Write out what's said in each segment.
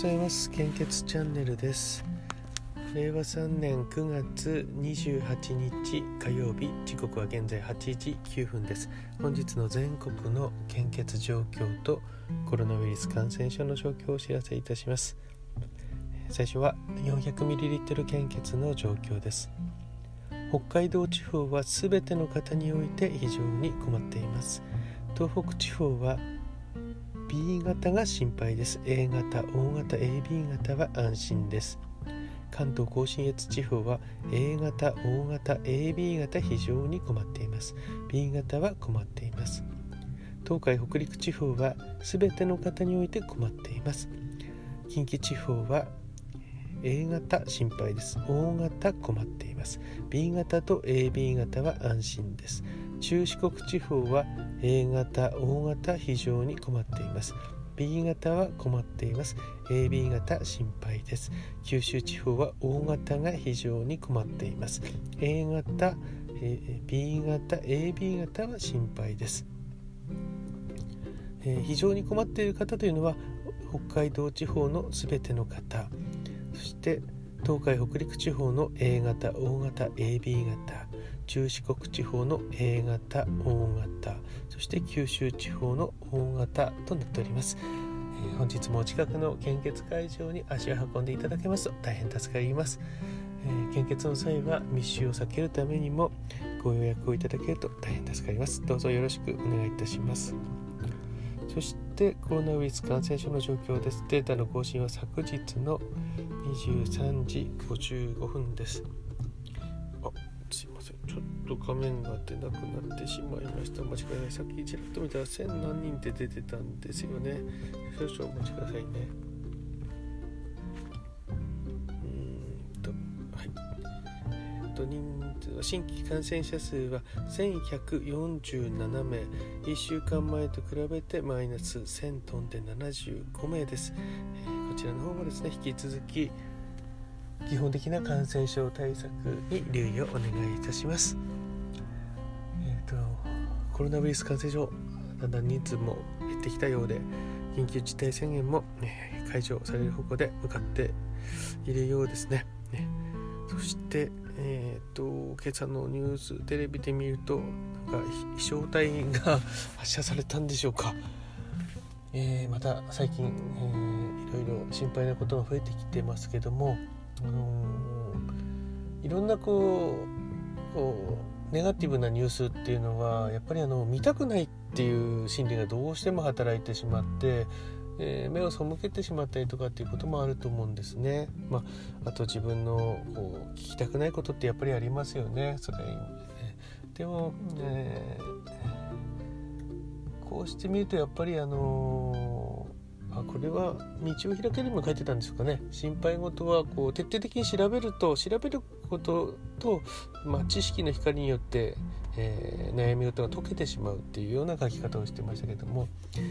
ございます。献血チャンネルです。令和3年9月28日火曜日、時刻は現在8時9分です。本日の全国の献血状況とコロナウイルス感染症の状況をお知らせいたします。最初は 400ml 献血の状況です。北海道地方はすべての方において非常に困っています。東北地方は B 型が心配です。 A 型、O 型、AB 型は安心です。関東甲信越地方は A 型、O 型、AB 型非常に困っています。 B 型は困っています。東海北陸地方はすべての方において困っています。近畿地方は A 型心配です。 O 型困っています。 B 型と AB 型は安心です。中四国地方は A 型、O 型非常に困っています。 B 型は困っています。 AB 型心配です。九州地方は O 型が非常に困っています。 A 型、B 型、AB 型は心配です。非常に困っている方というのは北海道地方のすべての方、そして東海北陸地方の A 型、O 型、AB 型、中四国地方の A 型、O 型、そして九州地方の O 型となっております。本日もお近くの献血会場に足を運んでいただけますと大変助かります。献血の際は密集を避けるためにもご予約をいただけると大変助かります。どうぞよろしくお願いいたします。そしてコロナウイルス感染症の状況です。データの更新は昨日の23時55分です。すいません、ちょっと画面が出なくなってしまいました。お待ちください。さっきちらっと見たら1000何人って出てたんですよね。少々お待ちくださいね。人数は新規感染者数は1147名、1週間前と比べてマイナス1000トンで75名です。こちらの方もですね、引き続き基本的な感染症対策に留意をお願いいたします。コロナウイルス感染症、だんだん人数も減ってきたようで、緊急事態宣言も、解除される方向で向かっているようですね。そして今朝のニューステレビで見ると、なんか飛翔体が発射されたんでしょうか。また最近、いろいろ心配なことが増えてきてますけども、いろんなネガティブなニュースっていうのはやっぱり見たくないっていう心理がどうしても働いてしまって、目を背けてしまったりとかっていうこともあると思うんですね。あと自分の聞きたくないことってやっぱりありますよね。それでも、こうしてみるとやっぱりこれは道を開けるも書いてたんですかね。心配事は徹底的に調べることと、知識の光によって、悩み事が解けてしまうっていうような書き方をしてましたけども、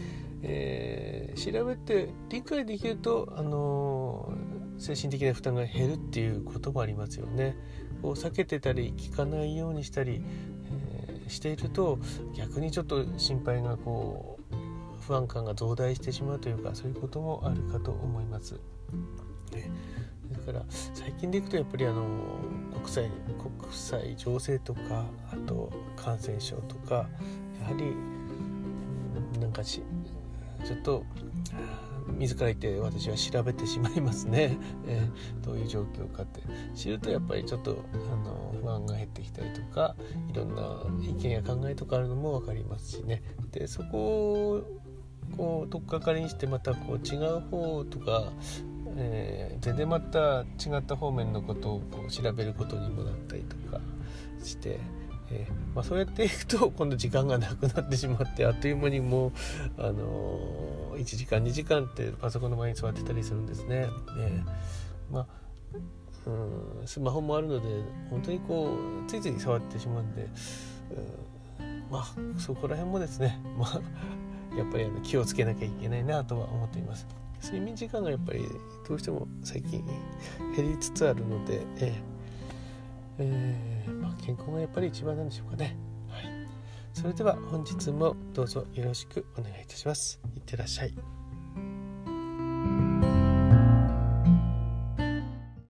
調べて理解できると精神的な負担が減るっていうこともありますよね。避けてたり聞かないようにしたり、していると逆にちょっと心配が不安感が増大してしまうというか、そういうこともあるかと思います。だから最近でいくとやっぱり国際情勢とか、あと感染症とか、やはりちょっと自ら言って私は調べてしまいますね。どういう状況かって知るとやっぱりちょっと不安が減ってきたりとか、いろんな意見や考えとかあるのも分かりますしね。でそこを取っかかりにしてまた違う方とか、全然また違った方面のことを調べることにもなったりとかして、そうやっていくと今度時間がなくなってしまって、あっという間にもう1時間2時間ってパソコンの前に座ってたりするんですね。スマホもあるので本当についつい触ってしまうんで、そこら辺もですね、やっぱり気をつけなきゃいけないなとは思っています。睡眠時間がやっぱりどうしても最近減りつつあるので、健康がやっぱり一番なんでしょうかね。それでは本日もどうぞよろしくお願いいたします。いってらっしゃい。